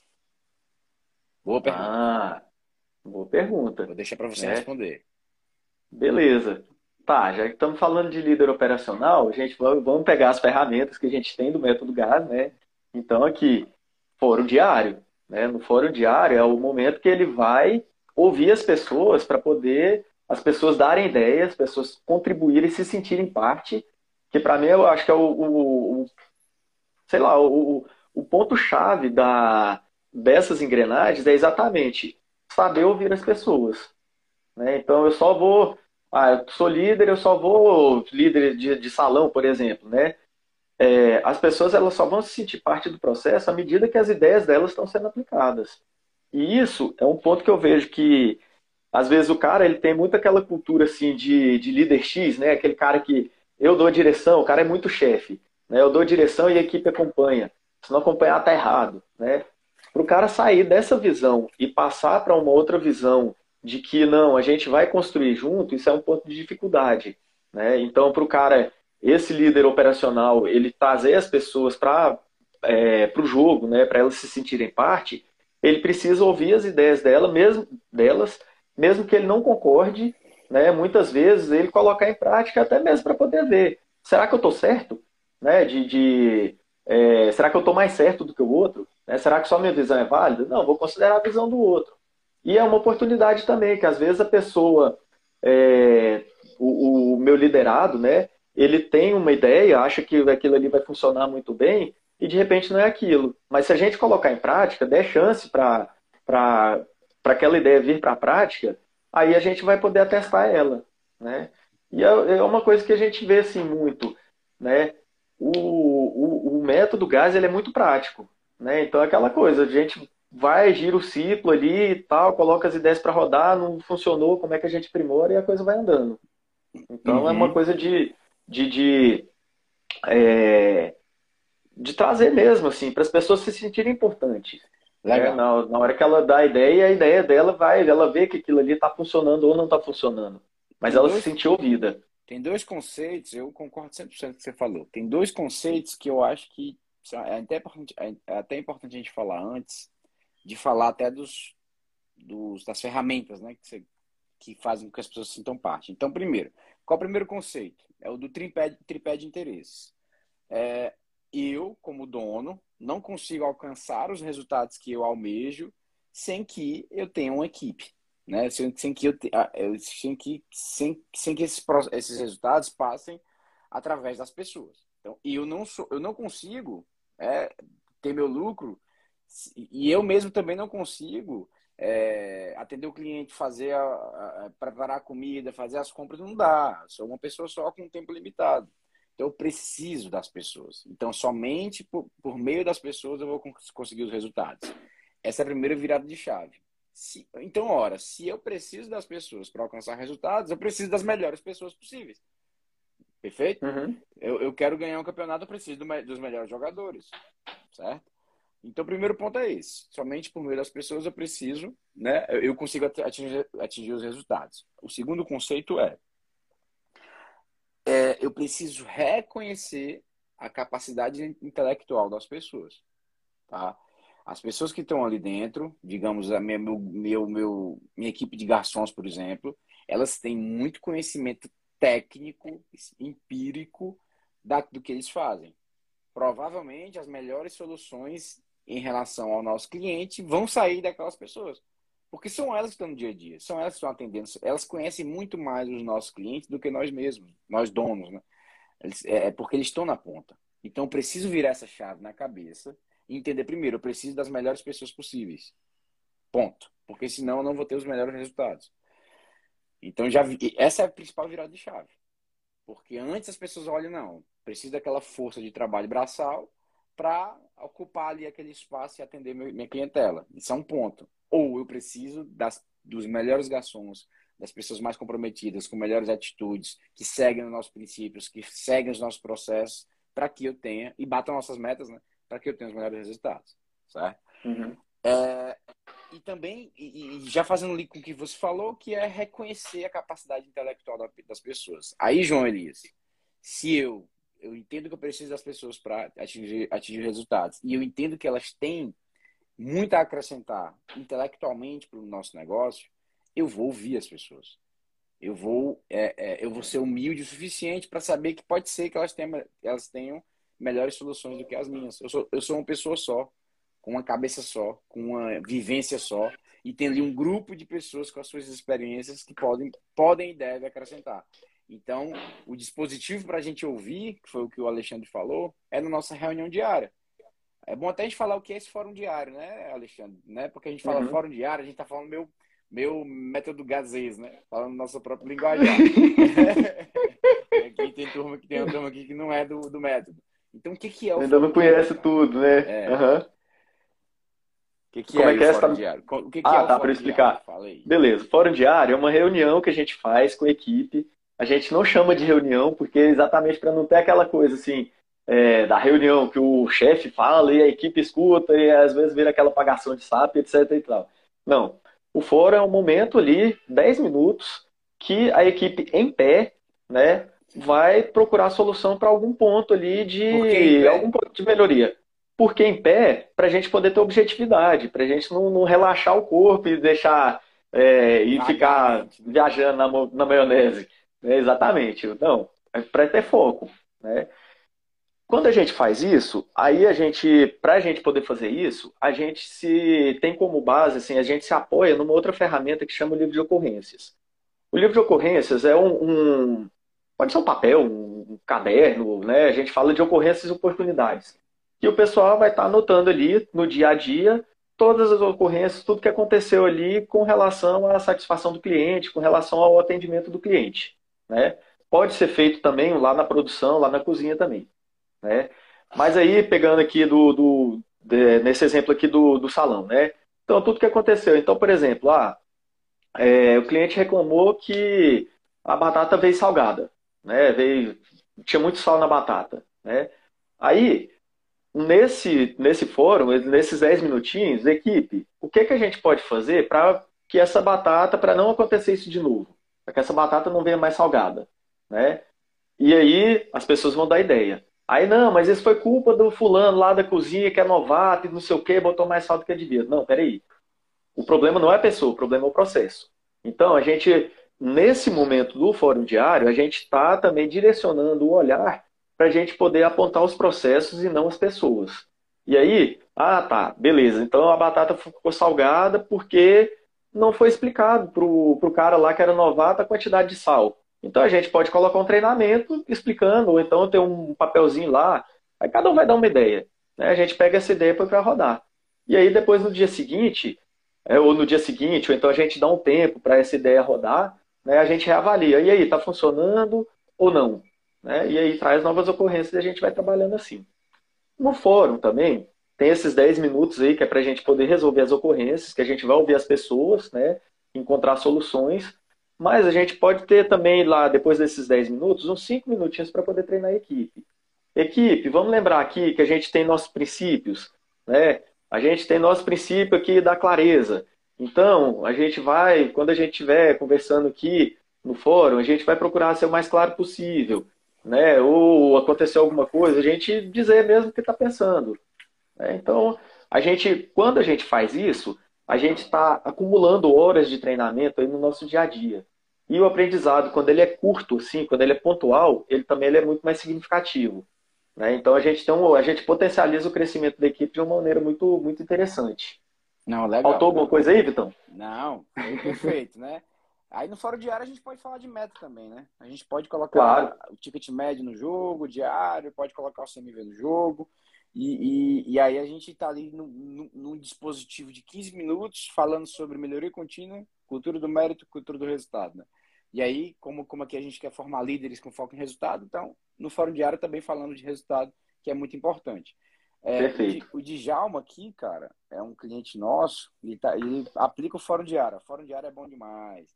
Boa pergunta. Ah, boa pergunta, Vou deixar para você né? responder. Beleza. Tá, já que estamos falando de líder operacional, gente, vamos pegar as ferramentas que a gente tem do método GAS, né? Então, aqui, fórum diário, né? No fórum diário é o momento que ele vai ouvir as pessoas para poder as pessoas darem ideias, as pessoas contribuírem e se sentirem parte, que para mim eu acho que é sei lá, o ponto-chave dessas engrenagens é exatamente saber ouvir as pessoas, né? Então eu só vou, eu sou líder, eu só vou líder de salão, por exemplo, né? As pessoas elas só vão se sentir parte do processo à medida que as ideias delas estão sendo aplicadas. E isso é um ponto que eu vejo que às vezes o cara ele tem muito aquela cultura assim de líder X, né? Aquele cara que eu dou a direção, o cara é muito chefe, né? Eu dou a direção e a equipe acompanha. Se não acompanhar tá errado, né? Para o cara sair dessa visão e passar para uma outra visão de que não, a gente vai construir junto, isso é um ponto de dificuldade, né? Então, para o cara, esse líder operacional, ele trazer as pessoas para o jogo, né? Para elas se sentirem parte, ele precisa ouvir as ideias delas, mesmo que ele não concorde, né? Muitas vezes ele colocar em prática até mesmo para poder ver, será que eu estou certo, né? Será que eu estou mais certo do que o outro? Né? Será que só minha visão é válida? Não, vou considerar a visão do outro. E é uma oportunidade também, que às vezes a pessoa, é, o meu liderado, né, ele tem uma ideia, acha que aquilo ali vai funcionar muito bem, e de repente não é aquilo. Mas se a gente colocar em prática, der chance para aquela ideia vir para a prática, aí a gente vai poder atestar ela. Né? E é uma coisa que a gente vê assim muito. Né? O método GAS ele é muito prático. Né? Então é aquela coisa, a gente vai, gira o ciclo ali e tal, coloca as ideias para rodar, não funcionou, como é que a gente aprimora e a coisa vai andando. Então é uma Uhum. coisa de, de, é, de trazer mesmo, assim, para as pessoas se sentirem importantes. Né? Legal. Na hora que ela dá a ideia dela ela vê que aquilo ali está funcionando ou não está funcionando. Mas Tem ela se dois, sentir ouvida. tem dois conceitos, eu concordo 100% com o que você falou. Tem dois conceitos que eu acho que é até importante a gente falar antes de falar até das ferramentas, né, que fazem com que as pessoas se sintam parte. Então, primeiro, qual é o primeiro conceito? É o do tripé de interesses. Eu, como dono, não consigo alcançar os resultados que eu almejo sem que eu tenha uma equipe, né? Sem que esses resultados passem através das pessoas. Então, eu não consigo ter meu lucro e eu mesmo também não consigo atender o cliente, preparar a comida, fazer as compras, não dá. Sou uma pessoa só com um tempo limitado. Então, eu preciso das pessoas. Então, somente por meio das pessoas eu vou conseguir os resultados. Essa é a primeira virada de chave. Então, ora, se eu preciso das pessoas para alcançar resultados, eu preciso das melhores pessoas possíveis. Perfeito? Uhum. Eu quero ganhar um campeonato, eu preciso dos melhores jogadores. Certo? Então, o primeiro ponto é esse. Somente por meio das pessoas eu preciso, né? Eu consigo atingir os resultados. O segundo conceito eu preciso reconhecer a capacidade intelectual das pessoas, tá? As pessoas que estão ali dentro, digamos, minha equipe de garçons, por exemplo, elas têm muito conhecimento técnico, empírico do que eles fazem. Provavelmente as melhores soluções em relação ao nosso cliente vão sair daquelas pessoas. Porque são elas que estão no dia a dia, são elas que estão atendendo, elas conhecem muito mais os nossos clientes do que nós mesmos, nós donos, né? É porque eles estão na ponta. Então eu preciso virar essa chave na cabeça e entender primeiro, eu preciso das melhores pessoas possíveis. Ponto. Porque senão eu não vou ter os melhores resultados. Então essa é a principal virada de chave. Porque antes as pessoas olham, não, preciso daquela força de trabalho braçal para ocupar ali aquele espaço e atender minha clientela. Isso é um ponto. Ou eu preciso dos melhores garçons, das pessoas mais comprometidas, com melhores atitudes, que seguem os nossos princípios, que seguem os nossos processos, para que eu tenha, e batam nossas metas, né? Para que eu tenha os melhores resultados. Certo? Uhum. E também, já fazendo link com o que você falou, que é reconhecer a capacidade intelectual das pessoas. Aí, João Elias, se eu entendo que eu preciso das pessoas para atingir resultados, e eu entendo que elas têm muito a acrescentar intelectualmente para o nosso negócio, eu vou ouvir as pessoas. Eu vou ser humilde o suficiente para saber que pode ser que elas tenham melhores soluções do que as minhas. Eu sou uma pessoa só, com uma cabeça só, com uma vivência só, e tem ali um grupo de pessoas com as suas experiências que podem e devem acrescentar. Então, o dispositivo para a gente ouvir, que foi o que o Alexandre falou, é na nossa reunião diária. É bom até a gente falar o que é esse fórum diário, né, Alexandre? Né? Porque a gente fala fórum diário, a gente está falando meu método Gazês, né? Falando nossa própria linguagem. Aqui tem uma turma aqui que não é do método. Então, o que é o ainda não conhece tudo, né? Como é que é o fórum diário? O que é o tá, para explicar. Beleza, fórum diário é uma reunião que a gente faz com a equipe. A gente não chama de reunião, porque exatamente para não ter aquela coisa assim, da reunião que o chefe fala e a equipe escuta e às vezes vira aquela apagação de sapo, etc. e tal. Não. O fórum é um momento ali, 10 minutos, que a equipe em pé, né, vai procurar solução para algum ponto ali algum ponto de melhoria. Porque em pé, para a gente poder ter objetividade, para a gente não relaxar o corpo e deixar e ficar viajando na maionese. Exatamente. Não, é para ter foco, né? Quando a gente faz isso, aí para a gente poder fazer isso, a gente se tem como base, assim, a gente se apoia numa outra ferramenta que chama o livro de ocorrências. O livro de ocorrências é pode ser um papel, um caderno, né? A gente fala de ocorrências e oportunidades. E o pessoal vai estar anotando ali no dia a dia todas as ocorrências, tudo que aconteceu ali com relação à satisfação do cliente, com relação ao atendimento do cliente, né? Pode ser feito também lá na produção, lá na cozinha também, né? Mas aí, pegando aqui nesse exemplo aqui do salão, né? Então, tudo que aconteceu. Então, por exemplo, o cliente reclamou que a batata veio salgada, né? Tinha muito sal na batata, né? Aí, nesse fórum, nesses 10 minutinhos, equipe, o que a gente pode fazer para que essa batata, para não acontecer isso de novo, para que essa batata não venha mais salgada, né? E aí as pessoas vão dar ideia. Aí não, mas isso foi culpa do fulano lá da cozinha que é novato e não sei o que, botou mais sal do que devia. Não, peraí. O problema não é a pessoa, o problema é o processo. Então a gente, nesse momento do fórum diário, a gente está também direcionando o olhar para a gente poder apontar os processos e não as pessoas. E aí, tá, beleza. Então a batata ficou salgada porque não foi explicado para o cara lá que era novato a quantidade de sal. Então a gente pode colocar um treinamento explicando, ou então ter um papelzinho lá, aí cada um vai dar uma ideia, né? A gente pega essa ideia para rodar. E aí depois no dia seguinte, ou então a gente dá um tempo para essa ideia rodar, né? A gente reavalia. E aí, está funcionando ou não? Né? E aí traz novas ocorrências e a gente vai trabalhando assim. No fórum também, tem esses 10 minutos aí que é para a gente poder resolver as ocorrências, que a gente vai ouvir as pessoas, né? Encontrar soluções. Mas a gente pode ter também lá, depois desses 10 minutos, uns 5 minutinhos para poder treinar a equipe. Equipe, vamos lembrar aqui que a gente tem nossos princípios, né? A gente tem nosso princípio aqui da clareza. Então, a gente vai, quando a gente estiver conversando aqui no fórum, a gente vai procurar ser o mais claro possível, né? Ou acontecer alguma coisa, a gente dizer mesmo o que está pensando. Né? Então, Quando a gente faz isso, a gente está acumulando horas de treinamento aí no nosso dia a dia. E o aprendizado, quando ele é curto, assim, quando ele é pontual, ele é muito mais significativo. Né? Então a gente potencializa o crescimento da equipe de uma maneira muito, muito interessante. Não, legal. Faltou alguma coisa aí, Vitão? Não, foi perfeito, né? Aí no fórum diário a gente pode falar de meta também, né? A gente pode colocar Claro. o ticket médio no jogo, o diário, pode colocar o CMV no jogo. E aí a gente está ali num dispositivo de 15 minutos falando sobre melhoria contínua, cultura do mérito, cultura do resultado, né? E aí, como aqui a gente quer formar líderes com foco em resultado, então no fórum diário também falando de resultado, que é muito importante. Perfeito. O Djalma aqui, cara, é um cliente nosso, ele aplica o fórum diário. O fórum diário é bom demais.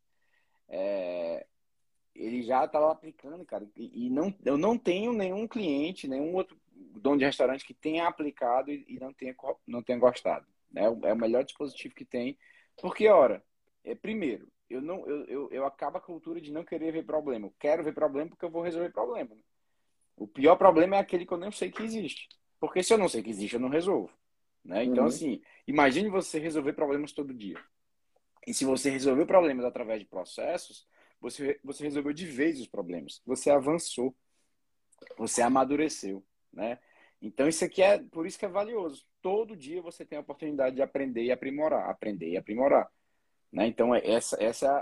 Ele já está lá aplicando, cara, eu não tenho nenhum cliente, nenhum outro dono de restaurante que tenha aplicado e não tenha gostado, né? É o melhor dispositivo que tem, porque, ora, primeiro, eu acabo a cultura de não querer ver problema. Eu quero ver problema porque eu vou resolver problema, né? O pior problema é aquele que eu não sei que existe, porque se eu não sei que existe, eu não resolvo, né? Então, assim, imagine você resolver problemas todo dia. E se você resolveu problemas através de processos, você resolveu de vez os problemas. Você avançou. Você amadureceu, né? Então, por isso que é valioso. Todo dia você tem a oportunidade de aprender e aprimorar. Aprender e aprimorar. Né? Então, essa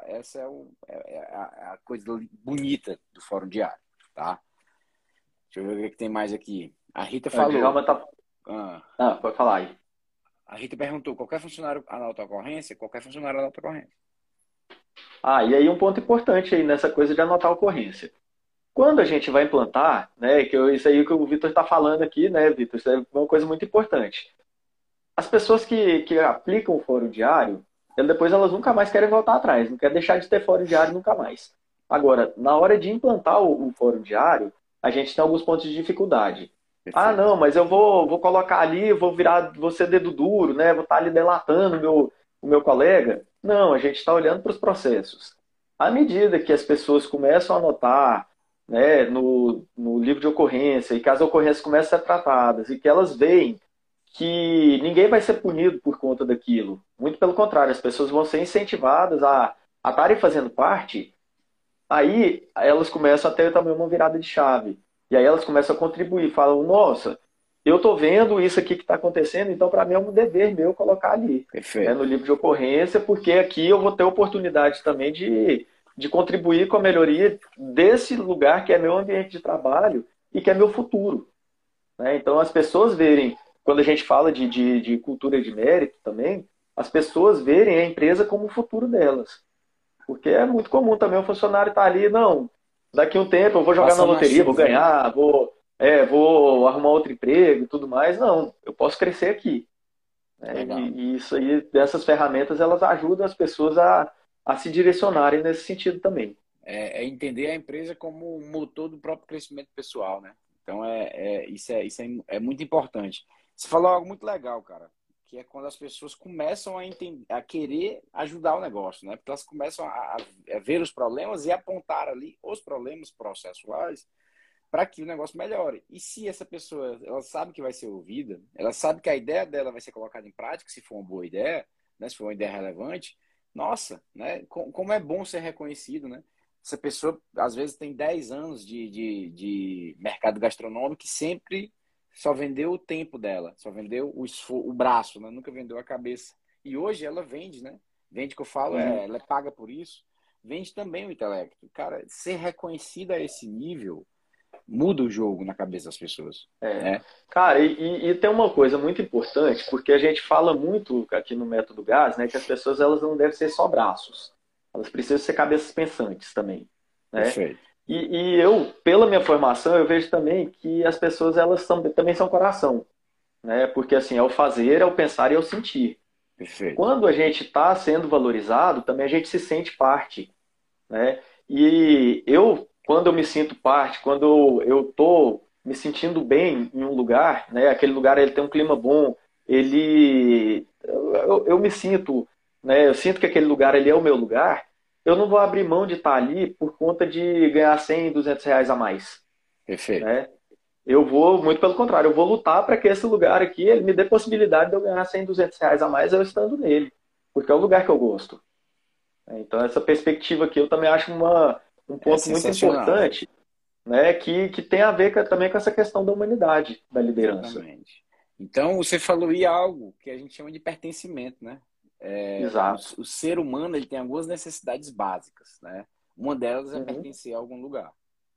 é a coisa bonita do Fórum Diário, tá? Deixa eu ver o que tem mais aqui. A Rita falou. Pode falar aí. A Rita perguntou, qualquer funcionário anota a ocorrência? Qualquer funcionário anota a ocorrência. E aí um ponto importante aí nessa coisa de anotar a ocorrência. Quando a gente vai implantar, né, isso aí que o Vitor está falando aqui, né, Vitor, isso é uma coisa muito importante. As pessoas que aplicam o fórum diário, depois elas nunca mais querem voltar atrás, não quer deixar de ter fórum diário nunca mais. Agora, na hora de implantar o fórum diário, a gente tem alguns pontos de dificuldade. Perfeito. Não, mas eu vou colocar ali, vou ser dedo duro, né? Vou estar ali delatando o meu colega. Não, a gente está olhando para os processos. À medida que as pessoas começam a anotar, né, no livro de ocorrência, e que as ocorrências começam a ser tratadas, e que elas veem que ninguém vai ser punido por conta daquilo. Muito pelo contrário, as pessoas vão ser incentivadas a estarem fazendo parte, aí elas começam a ter também uma virada de chave. E aí elas começam a contribuir, falam, nossa, eu estou vendo isso aqui que está acontecendo, então para mim é um dever meu colocar ali, né, no livro de ocorrência, porque aqui eu vou ter oportunidade também de contribuir com a melhoria desse lugar que é meu ambiente de trabalho e que é meu futuro. Né? Então as pessoas verem, quando a gente fala de cultura de mérito também, as pessoas verem a empresa como o futuro delas. Porque é muito comum também o funcionário estar ali, não, daqui a um tempo eu vou jogar na loteria, vou ganhar, vou arrumar outro emprego e tudo mais. Não, eu posso crescer aqui. Né? E isso aí, dessas ferramentas, elas ajudam as pessoas a se direcionarem nesse sentido também. É entender a empresa como um motor do próprio crescimento pessoal, né? Então, isso é muito importante. Você falou algo muito legal, cara, que é quando as pessoas começam a querer ajudar o negócio, né? Porque elas começam a ver os problemas e apontar ali os problemas processuais para que o negócio melhore. E se essa pessoa, ela sabe que vai ser ouvida, ela sabe que a ideia dela vai ser colocada em prática, se for uma boa ideia, né? Se for uma ideia relevante, nossa, né? Como é bom ser reconhecido, né? Essa pessoa, às vezes, tem 10 anos de mercado gastronômico e sempre só vendeu o tempo dela, só vendeu o braço, né? Nunca vendeu a cabeça. E hoje ela vende, né? Vende, que eu falo, ela é paga por isso. Vende também o intelecto. Cara, ser reconhecida a esse nível muda o jogo na cabeça das pessoas. Né? Cara, e tem uma coisa muito importante, porque a gente fala muito aqui no Método GAS, né, que as pessoas elas não devem ser só braços. Elas precisam ser cabeças pensantes também. Né? Perfeito. E eu, pela minha formação, eu vejo também que as pessoas elas também são coração. Né? Porque assim, é o fazer, é o pensar e é o sentir. Perfeito. Quando a gente está sendo valorizado, também a gente se sente parte. Né? E quando eu me sinto parte, quando eu estou me sentindo bem em um lugar, né? Aquele lugar ele tem um clima bom, eu me sinto, né? Eu sinto que aquele lugar ele é o meu lugar, eu não vou abrir mão de estar ali por conta de ganhar 100, R$ 200 a mais. Perfeito. Né? Eu vou, muito pelo contrário, eu vou lutar para que esse lugar aqui ele me dê possibilidade de eu ganhar 100, R$ 200 a mais eu estando nele, porque é o lugar que eu gosto. Então, essa perspectiva aqui eu também acho um É ponto muito sensacional. importante, né, que tem a ver também com essa questão da humanidade, da liderança. Exatamente. Então, você falou aí algo que a gente chama de pertencimento, né? Exato. O ser humano ele tem algumas necessidades básicas, né? Uma delas é Uhum. pertencer a algum lugar.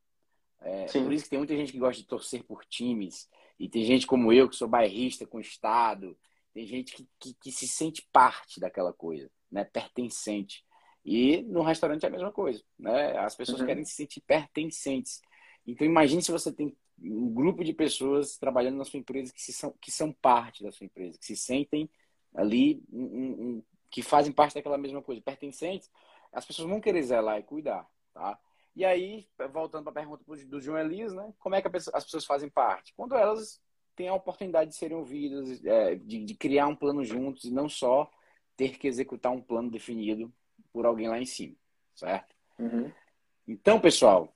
Por Sim. isso que tem muita gente que gosta de torcer por times, e tem gente como eu, que sou bairrista com o Estado, tem gente que se sente parte daquela coisa, né? Pertencente. E no restaurante é a mesma coisa, né? As pessoas Uhum. querem se sentir pertencentes. Então imagine se você tem um grupo de pessoas trabalhando na sua empresa que são parte da sua empresa, que se sentem ali, que fazem parte daquela mesma coisa, pertencentes, as pessoas vão querer zelar e cuidar, tá? E aí, voltando para a pergunta do João Elias, né? Como é que as pessoas fazem parte? Quando elas têm a oportunidade de serem ouvidas, de criar um plano juntos e não só ter que executar um plano definido por alguém lá em cima, certo? Uhum. Então, pessoal,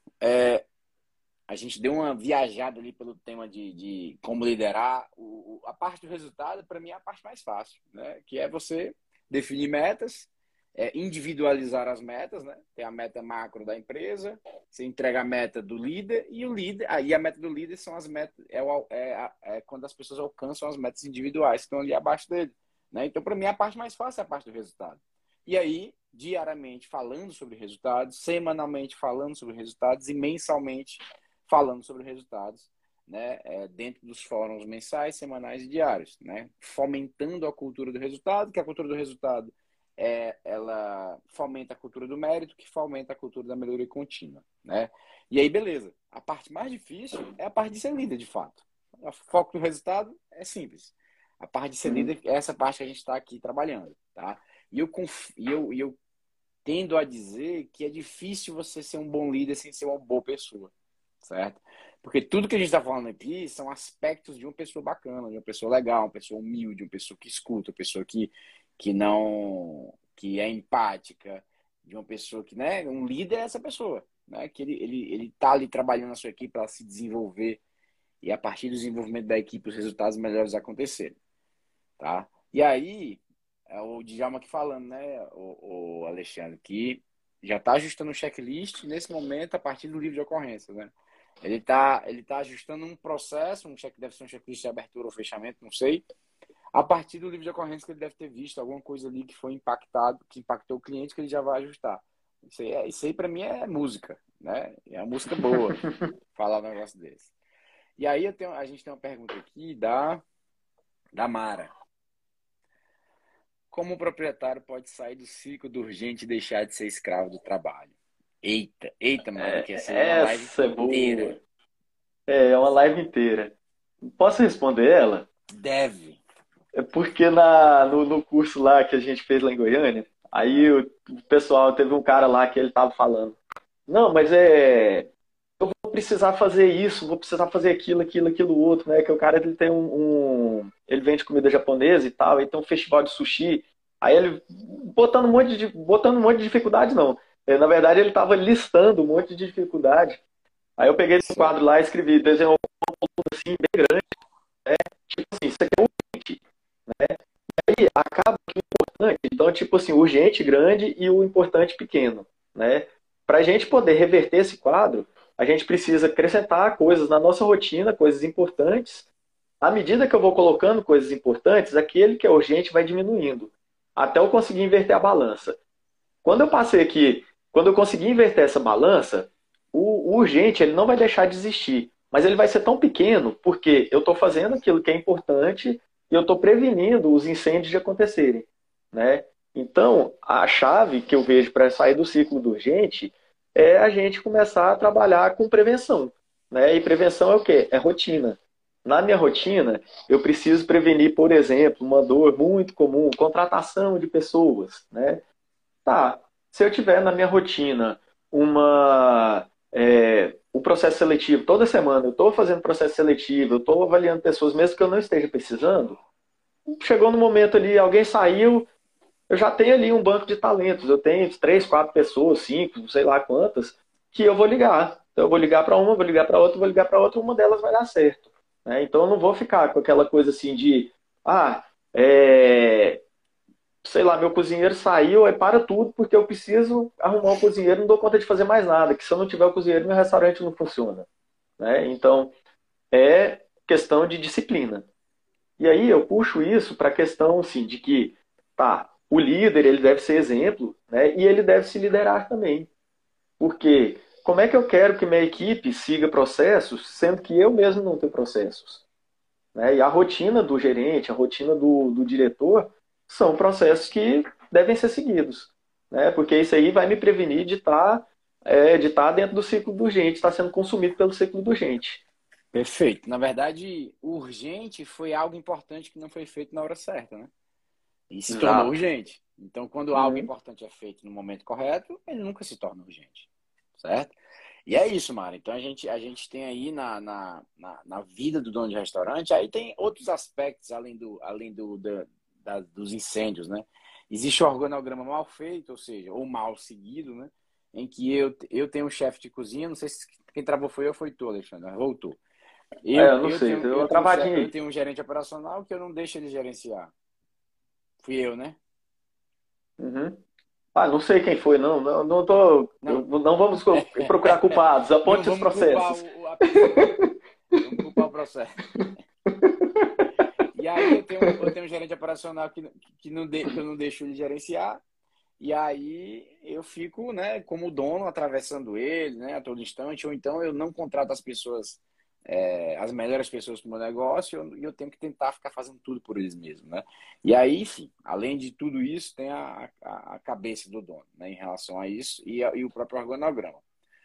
a gente deu uma viajada ali pelo tema de como liderar. A parte do resultado, para mim, é a parte mais fácil, né? Que é você definir metas, individualizar as metas, né? Tem a meta macro da empresa, você entrega a meta do líder e o líder. Aí a meta do líder são as metas, quando as pessoas alcançam as metas individuais que estão ali abaixo dele, né? Então, para mim, a parte mais fácil é a parte do resultado. E aí, diariamente falando sobre resultados, semanalmente falando sobre resultados e mensalmente falando sobre resultados, né, dentro dos fóruns mensais, semanais e diários, né, fomentando a cultura do resultado, que a cultura do resultado ela fomenta a cultura do mérito, que fomenta a cultura da melhoria contínua, né? E aí, beleza. A parte mais difícil é a parte de ser líder, de fato. O foco no resultado é simples. A parte de ser Uhum. líder é essa parte que a gente está aqui trabalhando, tá? E eu tendo a dizer que é difícil você ser um bom líder sem ser uma boa pessoa, certo? Porque tudo que a gente está falando aqui são aspectos de uma pessoa bacana, de uma pessoa legal, uma pessoa humilde, uma pessoa que escuta, uma pessoa que não, que é empática, de uma pessoa que, né, um líder é essa pessoa, né, que ele tá ali trabalhando na sua equipe para se desenvolver e a partir do desenvolvimento da equipe os resultados melhores acontecerem, tá? E aí, é o Djalma aqui falando, né, o Alexandre, que já está ajustando o checklist nesse momento a partir do livro de ocorrências, né? Ele tá ajustando um processo, deve ser um checklist de abertura ou fechamento, não sei, a partir do livro de ocorrências que ele deve ter visto, alguma coisa ali que foi impactado, que impactou o cliente, que ele já vai ajustar. Isso aí para mim é música, né? É uma música boa, falar um negócio desse. E aí a gente tem uma pergunta aqui da Mara. Como o proprietário pode sair do ciclo do urgente e deixar de ser escravo do trabalho? Eita, Mara, que ia ser uma live Essa é inteira. boa. É uma live inteira. Posso responder ela? Deve. É porque no curso lá que a gente fez lá em Goiânia, aí o pessoal, teve um cara lá que ele tava falando, não, mas vou precisar fazer isso, vou precisar fazer aquilo, aquilo, aquilo outro, né? Que o cara ele tem ele vende comida japonesa e tal, e tem um festival de sushi. Aí ele botando um monte de dificuldade, não. Na verdade, ele estava listando um monte de dificuldade. Aí eu peguei um quadro Certo. lá e escrevi, desenhou assim, bem grande, tipo assim, isso aqui é urgente. Aí acaba que o importante, então, tipo assim, o urgente grande e o importante pequeno, né? Para a gente poder reverter esse quadro, a gente precisa acrescentar coisas na nossa rotina, coisas importantes. À medida que eu vou colocando coisas importantes, aquele que é urgente vai diminuindo, até eu conseguir inverter a balança. Quando eu passei aqui, quando eu conseguir inverter essa balança, o urgente ele não vai deixar de existir, mas ele vai ser tão pequeno porque eu estou fazendo aquilo que é importante e eu estou prevenindo os incêndios de acontecerem, né? Então, a chave que eu vejo para sair do ciclo do urgente é a gente começar a trabalhar com prevenção, né? E prevenção é o quê? É rotina. Na minha rotina, eu preciso prevenir, por exemplo, uma dor muito comum, contratação de pessoas, né? Tá, se eu tiver na minha rotina um processo seletivo, toda semana eu estou fazendo processo seletivo, eu estou avaliando pessoas, mesmo que eu não esteja precisando, chegou no momento ali, alguém saiu, eu já tenho ali um banco de talentos, eu tenho 3, 4 pessoas, 5, não sei lá quantas, que eu vou ligar. Então eu vou ligar para uma, vou ligar para outra, vou ligar para outra, uma delas vai dar certo. Né? Então eu não vou ficar com aquela coisa assim de, ah, sei lá, meu cozinheiro saiu, aí para tudo porque eu preciso arrumar um cozinheiro, não dou conta de fazer mais nada, que se eu não tiver o cozinheiro, meu restaurante não funciona. Né? Então é questão de disciplina. E aí eu puxo isso para a questão assim, de que tá, o líder ele deve ser exemplo, né? E ele deve se liderar também. Porque como é que eu quero que minha equipe siga processos, sendo que eu mesmo não tenho processos? Né? E a rotina do gerente, a rotina do diretor, são processos que devem ser seguidos. Né? Porque isso aí vai me prevenir de estar dentro do ciclo do urgente, estar sendo consumido pelo ciclo do urgente. Perfeito. Na verdade, o urgente foi algo importante que não foi feito na hora certa, né? E se tornou Exato. urgente. Então, quando algo importante é feito no momento correto, ele nunca se torna urgente. Certo? E é isso, Mara. Então, a gente tem aí na vida do dono de restaurante, aí tem outros aspectos dos incêndios, né? Existe o organograma mal feito, ou seja, ou mal seguido, né? Em que eu tenho um chefe de cozinha, não sei se quem travou foi eu ou foi tu, Alexandre, mas voltou. Eu não sei, deu uma travadinha Eu aí. tenho um gerente operacional que eu não deixo ele gerenciar. Fui eu, né? Uhum. Ah, não sei quem foi, não. Não, Não vamos procurar culpados. não Aponte os vamos culpar processos. a pessoa. Vamos culpar o processo. E aí eu tenho um gerente operacional que eu não deixo ele gerenciar. E aí eu fico, né, como dono, atravessando ele, né, a todo instante. Ou então eu não contrato as pessoas, as melhores pessoas para o meu negócio, e eu tenho que tentar ficar fazendo tudo por eles mesmos, né? E aí, enfim, além de tudo isso, tem a cabeça do dono, né, em relação a isso e o próprio organograma.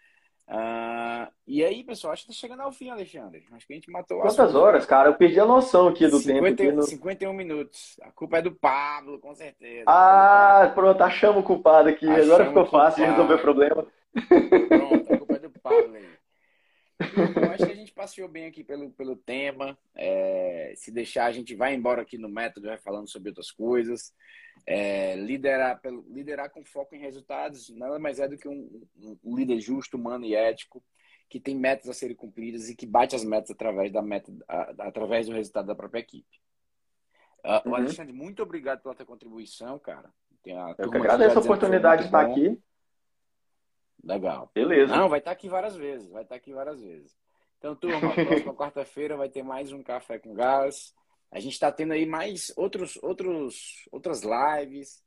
E aí, pessoal, acho que está chegando ao fim, Alexandre. Acho que a gente matou o Quantas assunto, horas, né? cara? Eu perdi a noção aqui do tempo. 50, Aqui no... 51 minutos. A culpa é do Pablo, com certeza. A culpa é do Pablo. Ah, pronto, achamos o culpado aqui. Agora Achamos ficou o fácil de resolver o culpado. problema. Pronto, a culpa é do Pablo aí. Turma, eu acho que a gente passeou bem aqui pelo tema. Se deixar, a gente vai embora aqui no método, vai falando sobre outras coisas. Liderar com foco em resultados nada mais é do que um líder justo, humano e ético, que tem metas a serem cumpridas e que bate as metas através do resultado da própria equipe. O Uhum. Alexandre, muito obrigado pela tua contribuição, cara. Tem a Eu que turma aqui já agradeço a dizendo que foi oportunidade muito de estar bom. aqui. Legal. Beleza. Não, vai estar aqui várias vezes. Vai estar aqui várias vezes. Então, turma, próxima quarta-feira vai ter mais um Café com Gás. A gente está tendo aí mais outras lives.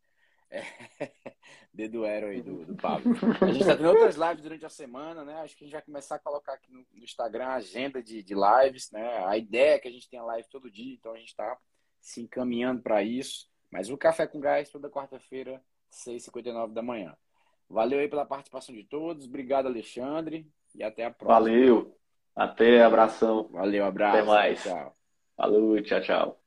Dedo aero aí do Pablo. A gente está tendo outras lives durante a semana, né? Acho que a gente vai começar a colocar aqui no Instagram a agenda de lives, né? A ideia é que a gente tenha live todo dia, então a gente está se encaminhando para isso. Mas o Café com Gás toda quarta-feira, 6h59 da manhã. Valeu aí pela participação de todos. Obrigado, Alexandre. E até a próxima. Valeu. Até, abração. Valeu, Até abraço. Tchau, mais. tchau. Falou, tchau, tchau.